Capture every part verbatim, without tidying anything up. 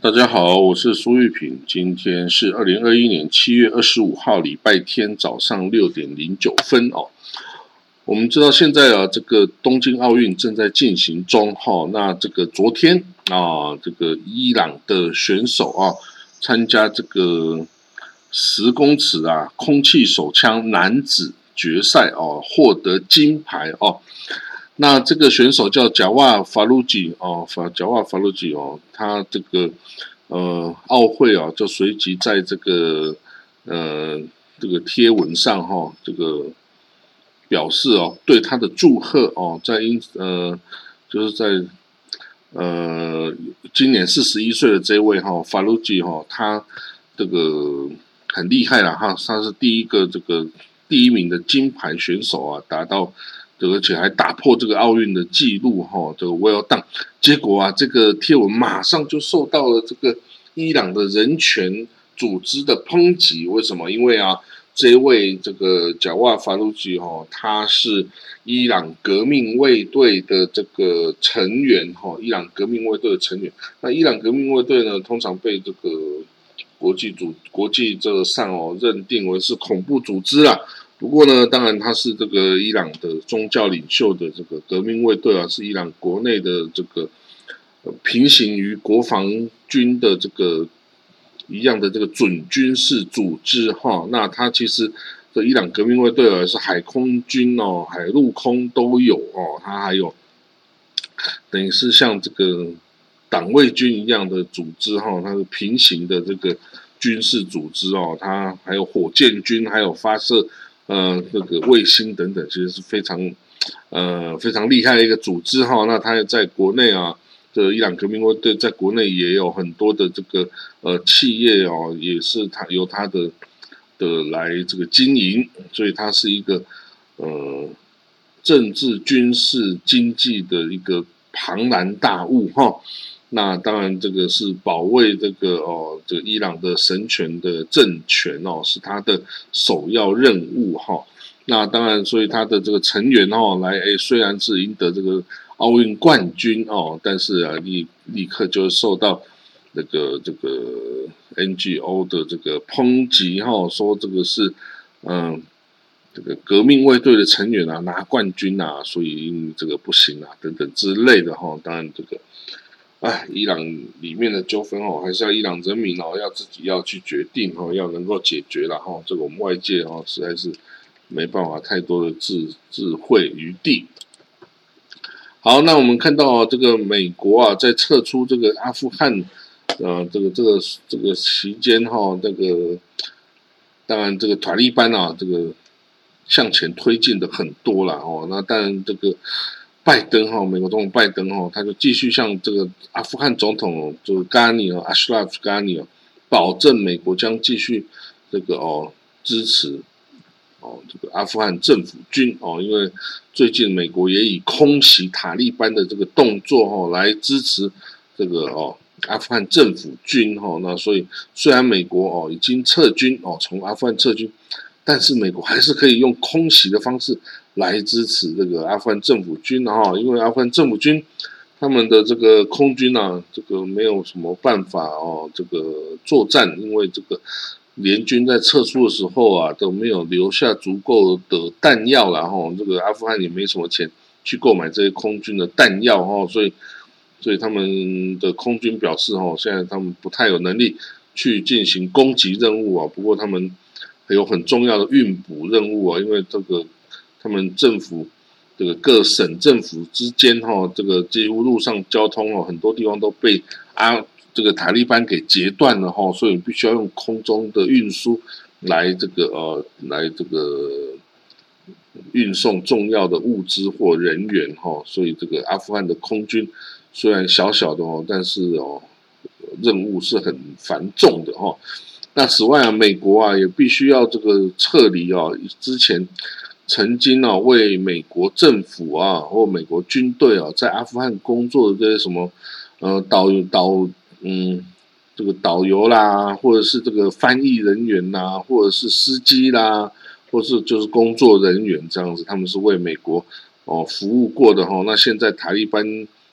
大家好，我是苏玉平，今天是二零二一年七月二十五号礼拜天早上六点零九分哦。我们知道现在啊，这个东京奥运正在进行中哈、哦。那这个昨天啊，这个伊朗的选手啊，参加这个十公尺啊空气手枪男子决赛哦，获得金牌哦。那这个选手叫贾瓦法鲁吉哦，法贾瓦法鲁吉哦，他这个呃奥会啊，就随即在这个呃这个贴文上哈、哦，这个表示哦对他的祝贺哦，在因呃就是在呃今年四十一岁的这位哈、哦、法鲁吉哈，他这个很厉害了哈，他是第一个这个第一名的金牌选手啊，达到。而且还打破这个奥运的纪录哈，这个 well done。结果啊，这个贴文马上就受到了这个伊朗的人权组织的抨击。为什么？因为啊，这位这个贾瓦法鲁吉哈，他是伊朗革命卫队的这个成员哈，伊朗革命卫队的成员。那伊朗革命卫队呢，通常被这个国际组国际这个上哦认定为是恐怖组织啦。不过呢，当然他是这个伊朗的宗教领袖的这个革命卫队啊，是伊朗国内的这个、呃、平行于国防军的这个一样的这个准军事组织哈。那他其实的伊朗革命卫队啊是海空军哦，海陆空都有哦，他还有等于是像这个党卫军一样的组织哈，它是平行的这个军事组织哦，它还有火箭军，还有发射。呃，这个卫星等等，其实是非常呃非常厉害的一个组织哈。那它在国内啊，这伊朗革命卫队在国内也有很多的这个呃企业哦，也是它由它的的来这个经营，所以它是一个呃政治、军事、经济的一个庞然大物哈。那当然，这个是保卫这个哦，这个伊朗的神权的政权哦，是他的首要任务哈、哦。那当然，所以他的这个成员哦，来诶，虽然是赢得这个奥运冠军哦，但是啊，立立刻就受到那个这个 N G O 的这个抨击哈、哦，说这个是嗯。这个革命卫队的成员啊，拿冠军啊，所以这个不行啊，等等之类的哈、哦。当然，这个。哎，伊朗里面的纠纷哦，还是要伊朗人民哦，要自己要去决定哦，要能够解决了哈、哦。这个我们外界哦，实在是没办法太多的智智慧余地。好，那我们看到、哦、这个美国啊，在撤出这个阿富汗呃，这个这个这个期间哈、哦，这个当然这个塔利班啊，这个向前推进的很多了哦。那当然这个。拜登哈，美国总统拜登哈，他就继续向这个阿富汗总统就是加尼哦，阿什拉夫加尼哦，保证美国将继续这个哦支持哦这个阿富汗政府军哦，因为最近美国也以空袭塔利班的这个动作哦来支持这个哦阿富汗政府军哈，那所以虽然美国哦已经撤军哦从阿富汗撤军，但是美国还是可以用空袭的方式。来支持这个阿富汗政府军哈，因为阿富汗政府军他们的这个空军啊，这个没有什么办法哦，这个作战，因为这个联军在撤出的时候啊，都没有留下足够的弹药了哈，这个阿富汗也没什么钱去购买这些空军的弹药哈，所以所以他们的空军表示哈，现在他们不太有能力去进行攻击任务啊，不过他们还有很重要的运补任务啊，因为这个。他们政府这个各省政府之间哈，这个几乎路上交通哦，很多地方都被啊这个塔利班给截断了哈，所以必须要用空中的运输来这个呃来这个运送重要的物资或人员哈，所以这个阿富汗的空军虽然小小的哦，但是哦任务是很繁重的哈。那此外啊，美国啊也必须要这个撤离哦，之前。曾经啊，为美国政府啊或美国军队啊在阿富汗工作的这些什么呃导导嗯这个导游啦，或者是这个翻译人员啦，或者是司机啦，或是就是工作人员这样子，他们是为美国哦服务过的哈、哦。那现在塔利班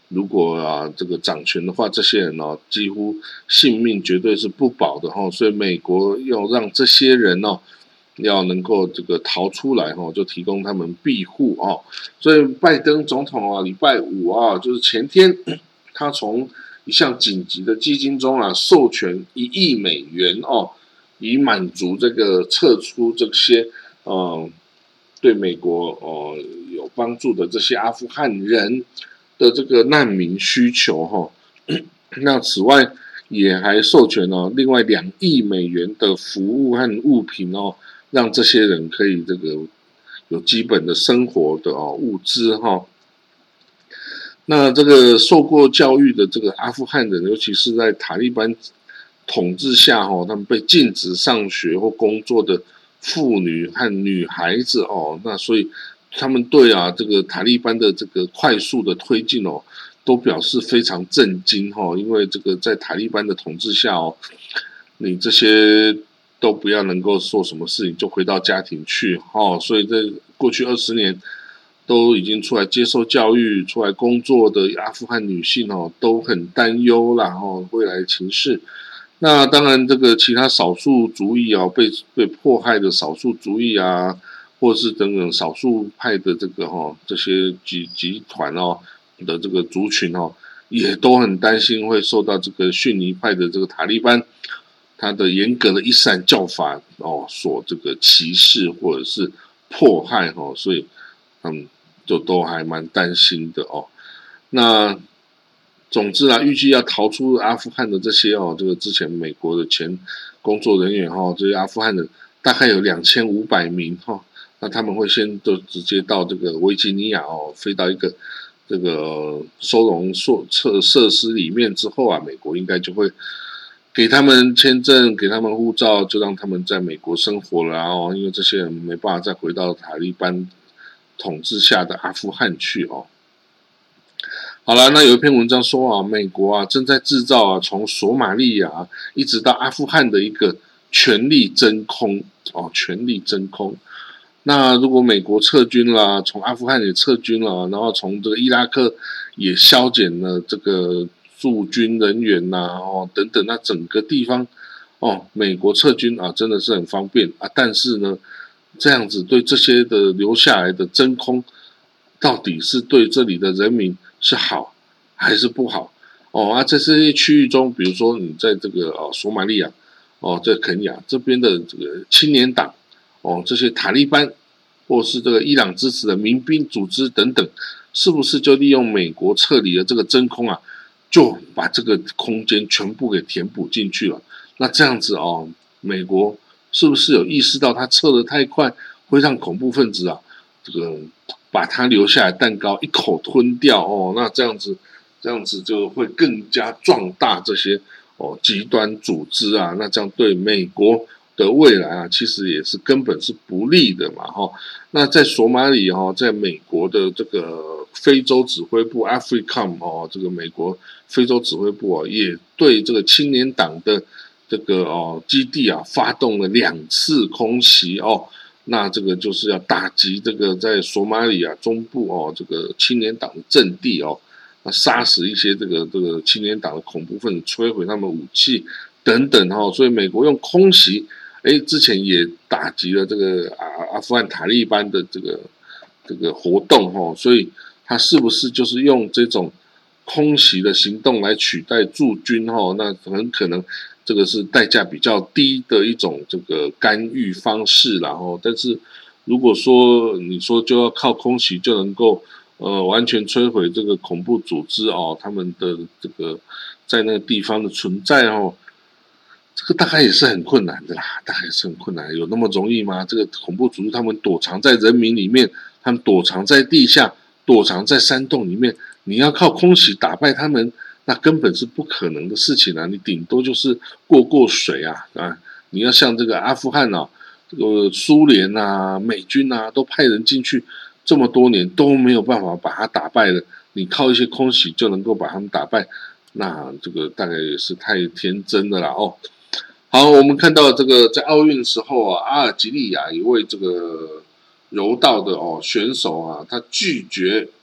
如果啊这个掌权的话，这些人哦几乎性命绝对是不保的哈，所以美国要让这些人哦要能够这个逃出来哈，就提供他们庇护哦。所以拜登总统啊，礼拜五啊，就是前天，他从一项紧急的基金中啊授权一亿美元哦，以满足这个撤出这些呃对美国哦、呃、有帮助的这些阿富汗人的这个难民需求哈、哦。那此外也还授权哦另外两亿美元的服务和物品哦，让这些人可以这个有基本的生活的哦物资哈、哦。那这个受过教育的这个阿富汗人，尤其是在塔利班统治下哦，他们被禁止上学或工作的妇女和女孩子哦，那所以他们对啊这个塔利班的这个快速的推进哦，都表示非常震惊哈、哦，因为这个在塔利班的统治下哦，你这些都不要能够做什么事情，就回到家庭去哦，所以在过去二十年。都已经出来接受教育、出来工作的阿富汗女性哦，都很担忧啦哦，未来情势。那当然，这个其他少数族裔啊，被被迫害的少数族裔啊，或是等等少数派的这个哈、哦、这些集集团哦的这个族群哦，也都很担心会受到这个逊尼派的这个塔利班他的严格的伊斯兰教法哦所这个歧视或者是迫害哦，所以他们就都还蛮担心的哦。那总之啊，预计要逃出阿富汗的这些哦，这个之前美国的前工作人员哈、哦，这些阿富汗的大概有两千五百名哈、哦，那他们会先都直接到这个维吉尼亚哦，飞到一个这个收容设设设施里面之后啊，美国应该就会给他们签证，给他们护照，就让他们在美国生活了哦，因为这些人没办法再回到塔利班统治下的阿富汗去哦。好了，那有一篇文章说啊，美国啊正在制造啊从索马利亚一直到阿富汗的一个权力真空哦，权力真空。那如果美国撤军了，从阿富汗也撤军了，然后从这个伊拉克也削减了这个驻军人员呐、啊，哦等等，那整个地方哦，美国撤军啊真的是很方便啊，但是呢。这样子对这些的留下来的真空，到底是对这里的人民是好还是不好？哦啊，在这些区域中，比如说你在这个哦索马利亚，哦在肯亚这边的这个青年党，哦这些塔利班，或是这个伊朗支持的民兵组织等等，是不是就利用美国撤离的这个真空啊，就把这个空间全部给填补进去了？那这样子哦，美国。是不是有意识到他撤得太快，会让恐怖分子啊，这个把他留下来蛋糕一口吞掉哦？那这样子，这样子就会更加壮大这些哦极端组织啊。那这样对美国的未来啊，其实也是根本是不利的嘛哈、哦。那在索马里哈、哦，在美国的这个非洲指挥部 AFRICOM 哦，这个美国非洲指挥部啊，也对这个青年党的。这个哦基地啊，发动了两次空袭哦，那这个就是要打击这个在索马里亚中部哦这个青年党的阵地哦，那杀死一些这个这个青年党的恐怖分子，摧毁他们武器等等哦，所以美国用空袭，哎，之前也打击了这个阿阿富汗塔利班的这个这个活动哦，所以他是不是就是用这种空袭的行动来取代驻军哦？那很可能。这个是代价比较低的一种这个干预方式，然后，但是如果说你说就要靠空袭就能够呃完全摧毁这个恐怖组织哦，他们的这个在那个地方的存在哦，这个大概也是很困难的啦，大概也是很困难，有那么容易吗？这个恐怖组织他们躲藏在人民里面，他们躲藏在地下，躲藏在山洞里面，你要靠空袭打败他们。那根本是不可能的事情啊！你顶多就是过过水啊啊！你要像这个阿富汗啊，这个苏联啊、美军啊，都派人进去这么多年都没有办法把他打败了。你靠一些空袭就能够把他们打败，那这个大概也是太天真的啦哦。好，我们看到这个在奥运的时候啊，阿尔及利亚一位这个柔道的哦选手啊，他拒绝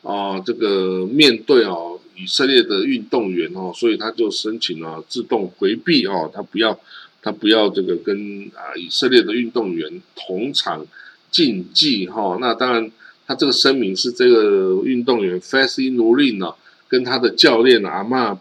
哦，这个面对哦以色列的运动员哦，所以他就申请了自动回避哦，他不要他不要这个跟啊以色列的运动员同场竞技哈、哦。那当然，他这个声明是这个运动员 Fassi Nurin 呢跟他的教练阿玛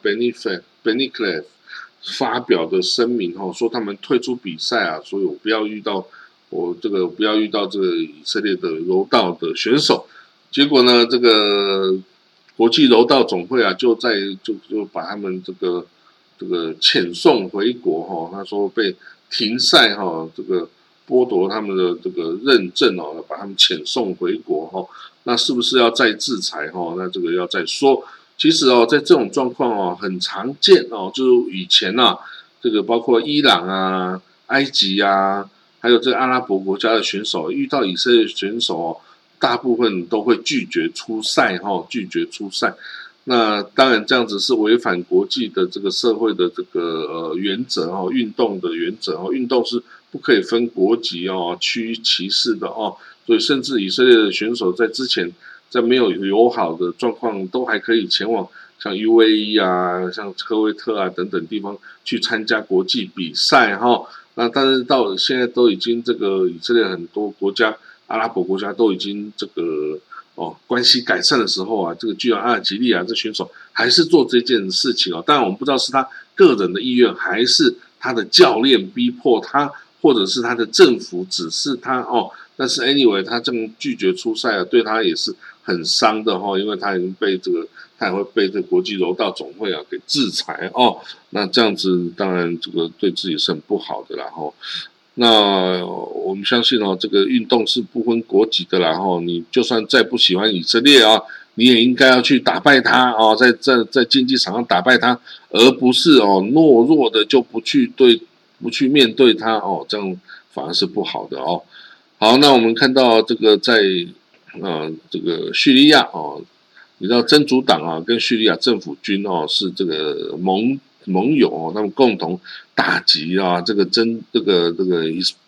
Beniclef 发表的声明哈、哦，说他们退出比赛啊，所以我不要遇到我这个不要遇到这个以色列的柔道的选手。结果呢，这个国际柔道总会啊，就在就就把他们这个这个遣送回国哈、哦。他说被停赛哈、哦，这个剥夺他们的这个认证哦，把他们遣送回国哈、哦。那是不是要再制裁哈、哦？那这个要再说。其实哦，在这种状况哦，很常见哦，就是以前啊，这个包括伊朗啊、埃及啊，还有这个阿拉伯国家的选手遇到以色列选手哦。大部分都会拒绝出赛哈，拒绝出赛。那当然这样子是违反国际的这个社会的这个呃原则哦，运动的原则哦，运动是不可以分国籍哦、区域歧视的哦。所以甚至以色列的选手在之前在没有友好的状况，都还可以前往像 U A E 啊、像科威特啊等等地方去参加国际比赛哈。那但是到现在都已经这个以色列很多国家。阿拉伯国家都已经这个哦关系改善的时候啊，这个居然阿尔及利亚这选手还是做这件事情哦。当然我们不知道是他个人的意愿，还是他的教练逼迫他，或者是他的政府指示他哦。但是 anyway， 他这样拒绝出赛啊，对他也是很伤的哦，因为他已经被这个他也会被这个国际柔道总会啊给制裁哦。那这样子当然这个对自己是很不好的啦哦。那我们相信哦，这个运动是不分国籍的啦哈。你就算再不喜欢以色列啊，你也应该要去打败他哦，在在在竞技场上打败他，而不是哦懦弱的就不去对不去面对他哦，这样反而是不好的哦。好，那我们看到这个在呃这个叙利亚哦，你知道真主党啊跟叙利亚政府军哦是这个盟。盟友哦，他们共同打击啊，这个真这个这个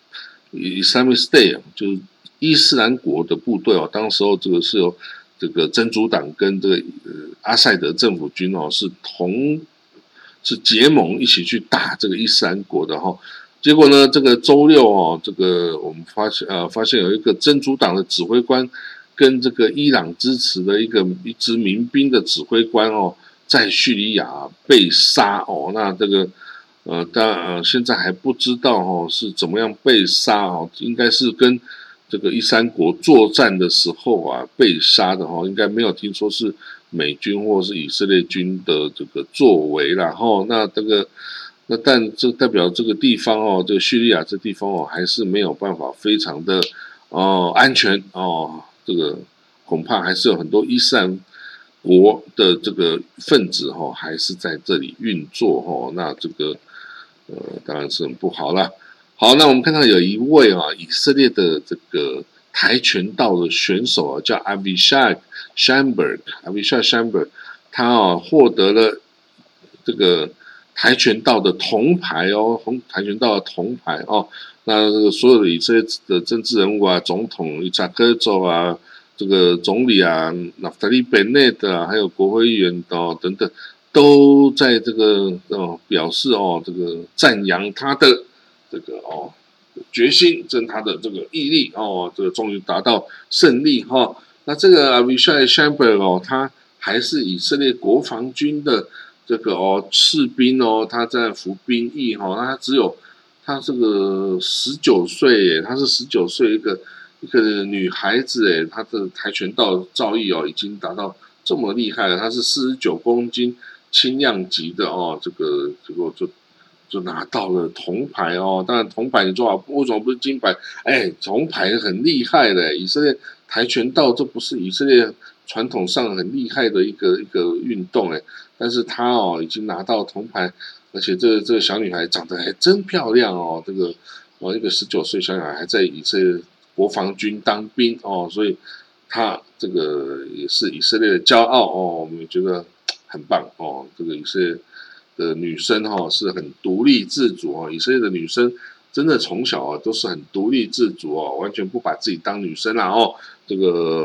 Islamic State 就是伊斯兰国的部队哦，当时候这个是由这个真主党跟这个呃阿塞德政府军哦是同是结盟一起去打这个伊斯兰国的哈、哦。结果呢，这个周六哦，这个我们发现呃发现有一个真主党的指挥官跟这个伊朗支持的一个一支民兵的指挥官哦。在叙利亚被杀哦，那这个呃，当然呃，现在还不知道哦是怎么样被杀哦，应该是跟这个伊斯兰国作战的时候啊被杀的哦，应该没有听说是美军或是以色列军的这个作为啦哈。那这个那但这代表这个地方哦，这个叙利亚这地方哦，还是没有办法非常的哦安全哦，这个恐怕还是有很多伊斯兰。国的这个分子哈、哦，还是在这里运作哈、哦，那这个呃当然是很不好啦。好，那我们看到有一位啊以色列的这个跆拳道的选手啊，叫 Avishai Shamberg，Avishai Shamberg， 他啊获得了这个跆拳道的铜牌哦，红跆拳道的铜牌哦。那这个所有的以色列的政治人物啊，总统伊扎克州啊。这个总理啊，纳夫塔利·贝内特啊，还有国会议员哦等等，都在这个哦表示哦，这个赞扬他的这个哦决心，跟他的这个毅力哦，这个终于达到胜利哈、哦。那这个 Avishai Shamberg 哦，他还是以色列国防军的这个哦士兵哦，他在服兵役哈、哦，那他只有他这个十九岁耶，他是十九岁一个。一个女孩子诶，她的跆拳道造诣哦，已经达到这么厉害了。她是四十九公斤轻量级的哦，这个结果就就拿到了铜牌哦。当然铜牌你说啊，为什么不是金牌？哎，铜牌很厉害的。以色列跆拳道这不是以色列传统上很厉害的一个一个运动诶，但是她哦已经拿到铜牌，而且这个这个小女孩长得还真漂亮哦。这个哦，一个十九岁小女孩还在以色列。国防军当兵哦，所以他这个也是以色列的骄傲哦，我们也觉得很棒哦。这个以色列的女生哈、哦、是很独立自主哦，以色列的女生真的从小啊都是很独立自主哦，完全不把自己当女生啦哦。这个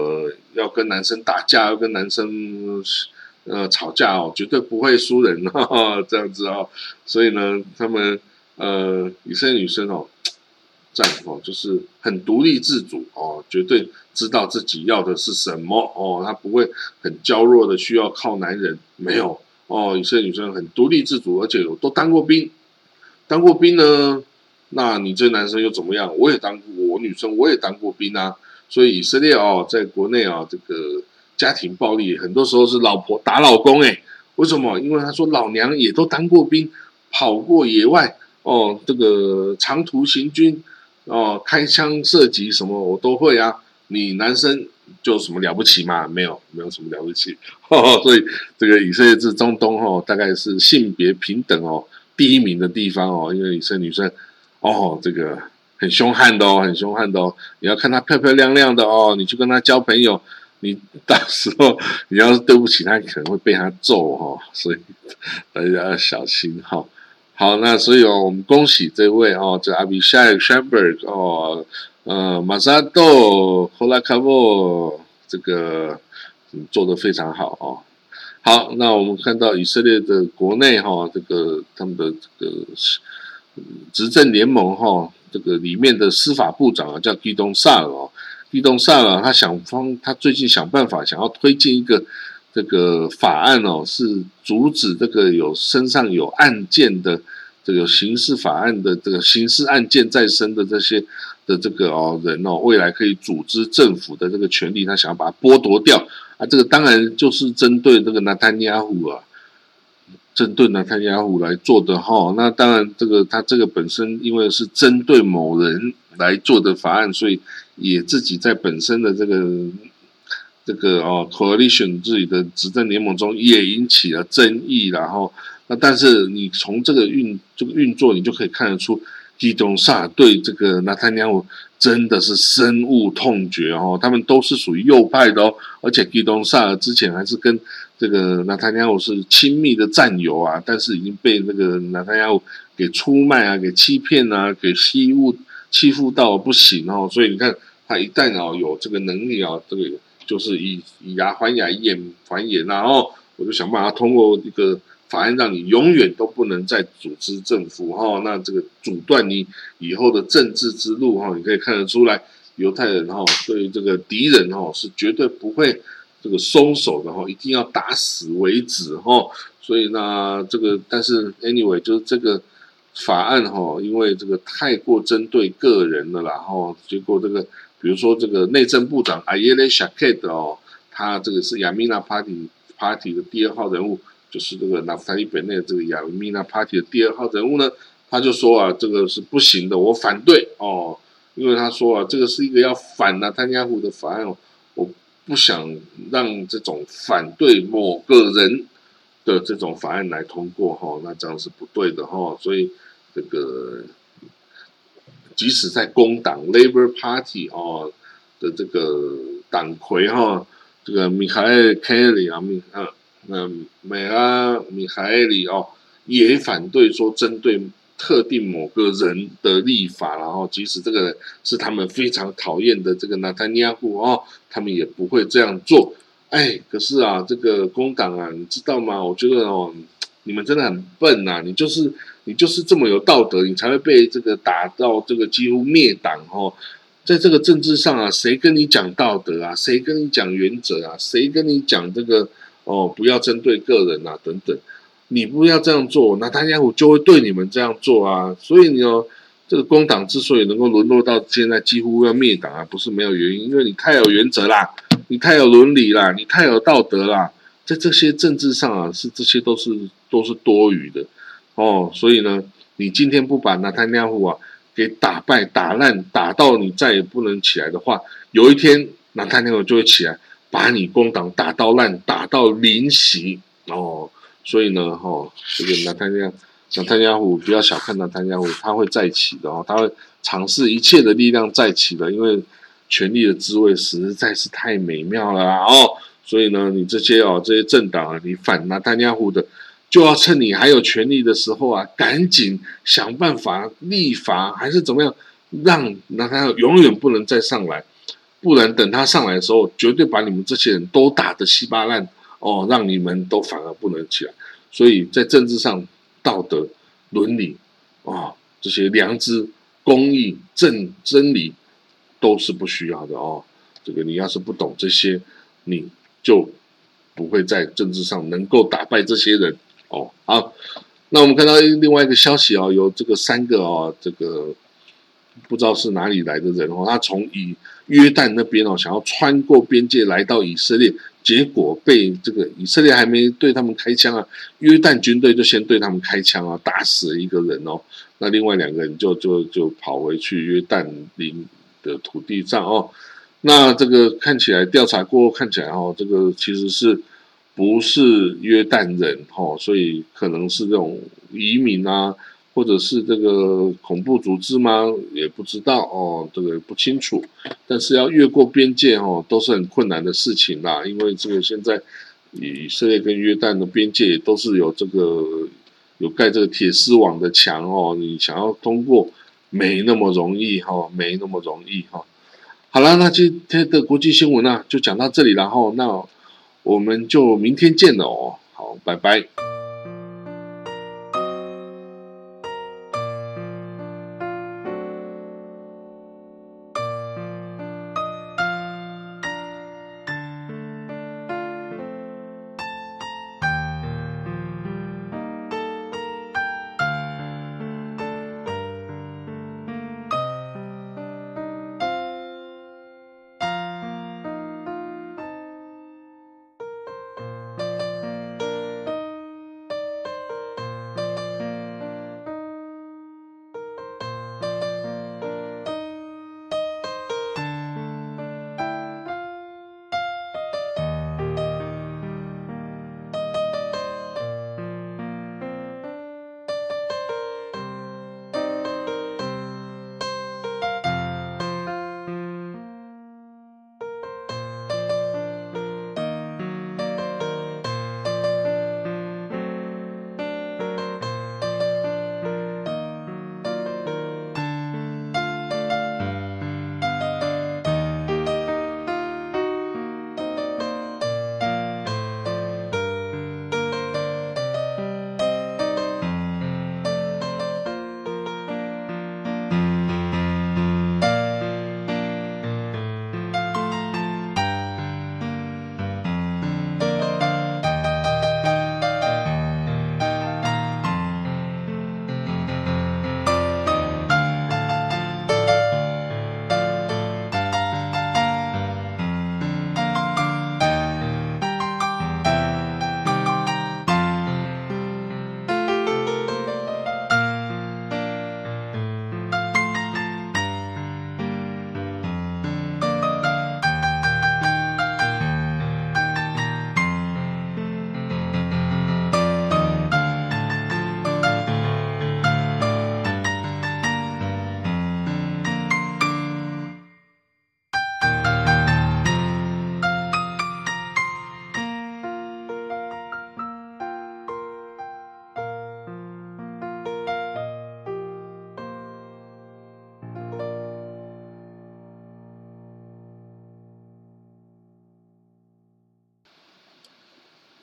要跟男生打架，要跟男生呃吵架哦，绝对不会输人哦，这样子哦。所以呢，他们呃以色列女生哦，这样哦，就是很独立自主哦，绝对知道自己要的是什么哦，她不会很娇弱的需要靠男人，没有哦，以色列女生很独立自主，而且有都当过兵，当过兵呢。那你这男生又怎么样？我也当过，我女生我也当过兵啊。所以以色列哦，在国内啊、哦，这个家庭暴力很多时候是老婆打老公哎，为什么？因为他说老娘也都当过兵，跑过野外哦，这个长途行军哦，开枪射击什么我都会啊。你男生就什么了不起嘛？没有，没有什么了不起。哦、所以这个以色列至中东哦，大概是性别平等哦第一名的地方哦，因为以色列女生。哦，这个很凶悍的哦，很凶悍的哦。你要看她漂漂亮亮的哦，你去跟她交朋友，你到时候你要是对不起她，可能会被她揍哈、哦，所以大家要小心哈、哦。好，那所以哦，我们恭喜这位哦，这阿比夏 Shamberg 哦，呃，马萨豆霍拉卡沃这个、嗯、做得非常好哦。好，那我们看到以色列的国内哈、哦，这个他们的这个。执政联盟哈，这个里面的司法部长啊叫基东萨尔哦，基东萨尔他想方他最近想办法想要推进一个这个法案哦，是阻止这个有身上有案件的这个刑事法案的这个刑事案件在身的这些的这个哦人哦，未来可以组织政府的这个权利，他想要把它剥夺掉啊，这个当然就是针对这个纳坦雅胡啊。针对纳坦雅胡来做的哈，那当然这个他这个本身因为是针对某人来做的法案，所以也自己在本身的这个这个哦 coalition 自己的执政联盟中也引起了争议，然后那但是你从这个运这个运作，你就可以看得出基东萨对这个纳坦雅胡真的是深恶痛绝哦，他们都是属于右派的哦，而且基东萨之前还是跟这个纳坦雅胡是亲密的战友啊，但是已经被那个纳坦雅胡给出卖啊，给欺骗啊，给欺负欺负到不行哦，所以你看他一旦哦有这个能力啊，这个就是以以牙还牙，以眼还眼，然后我就想办法通过一个法案，让你永远都不能再组织政府哈、哦，那这个阻断你以后的政治之路哈、哦，你可以看得出来，犹太人哈、哦、对这个敌人哈、哦、是绝对不会。这个松手的哈，一定要打死为止哈。所以呢，这个但是 anyway 就是这个法案哈，因为这个太过针对个人了啦哈，结果这个比如说这个内政部长阿耶雷夏克的哦，他这个是亚米娜 Party Party 的第二号人物，就是这个纳夫塔利本内这个亚米娜 Party 的第二号人物呢，他就说啊，这个是不行的，我反对哦，因为他说啊，这个是一个要反纳坦雅胡的法案哦，我。不想让这种反对某个人的这种法案来通过哈，那这样是不对的哈。所以这个即使在工党 Labour Party 哦的这个党魁哈，这个米凯尔·凯里啊，米啊那美拉米凯里哦也反对说针对特定某个人的立法，然后即使这个人是他们非常讨厌的这个纳坦雅胡哦，他们也不会这样做。哎，可是啊，这个工党啊，你知道吗？我觉得哦，你们真的很笨呐、啊！你就是你就是这么有道德，你才会被这个打到这个几乎灭党哦。在这个政治上啊，谁跟你讲道德啊？谁跟你讲原则啊？谁跟你讲这个哦，不要针对个人啊，等等。你不要这样做，纳坦雅胡就会对你们这样做啊！所以你哦，这个工党之所以能够沦落到现在几乎要灭党啊，不是没有原因，因为你太有原则啦，你太有伦理啦，你太有道德啦，在这些政治上啊，是这些都是都是多余的哦。所以呢，你今天不把纳坦雅胡啊给打败、打烂、打到你再也不能起来的话，有一天纳坦雅胡就会起来，把你工党打到烂、打到临席哦。所以呢，哈、哦，这个纳坦雅纳坦雅胡不要小看纳坦雅胡，他会再起的哦，他会尝试一切的力量再起的，因为权力的滋味实在是太美妙了啊哦。所以呢，你这些哦这些政党啊，你反纳坦雅胡的，就要趁你还有权力的时候啊，赶紧想办法立法，还是怎么样，让纳坦雅胡永远不能再上来。 不然等他上来的时候，绝对把你们这些人都打得稀巴烂哦，让你们都反而不能起来。所以在政治上，道德、伦理哦，这些良知、公义、正真理都是不需要的哦。这个你要是不懂这些，你就不会在政治上能够打败这些人哦。好，那我们看到另外一个消息哦，有这个三个哦，这个不知道是哪里来的人哦，他从以约旦那边哦，想要穿过边界来到以色列，结果被这个以色列还没对他们开枪啊，约旦军队就先对他们开枪啊，打死了一个人哦。那另外两个人就就就跑回去约旦领的土地上哦。那这个看起来调查过后看起来哦，这个其实是不是约旦人哦，所以可能是这种移民啊，或者是这个恐怖组织吗？也不知道哦，这个不清楚。但是要越过边界哦，都是很困难的事情啦，因为这个现在以色列跟约旦的边界都是有这个有盖这个铁丝网的墙哦，你想要通过没那么容易哈、哦，没那么容易哈、哦。好了，那今天的国际新闻呢、啊，就讲到这里，然后那我们就明天见了哦。好，拜拜。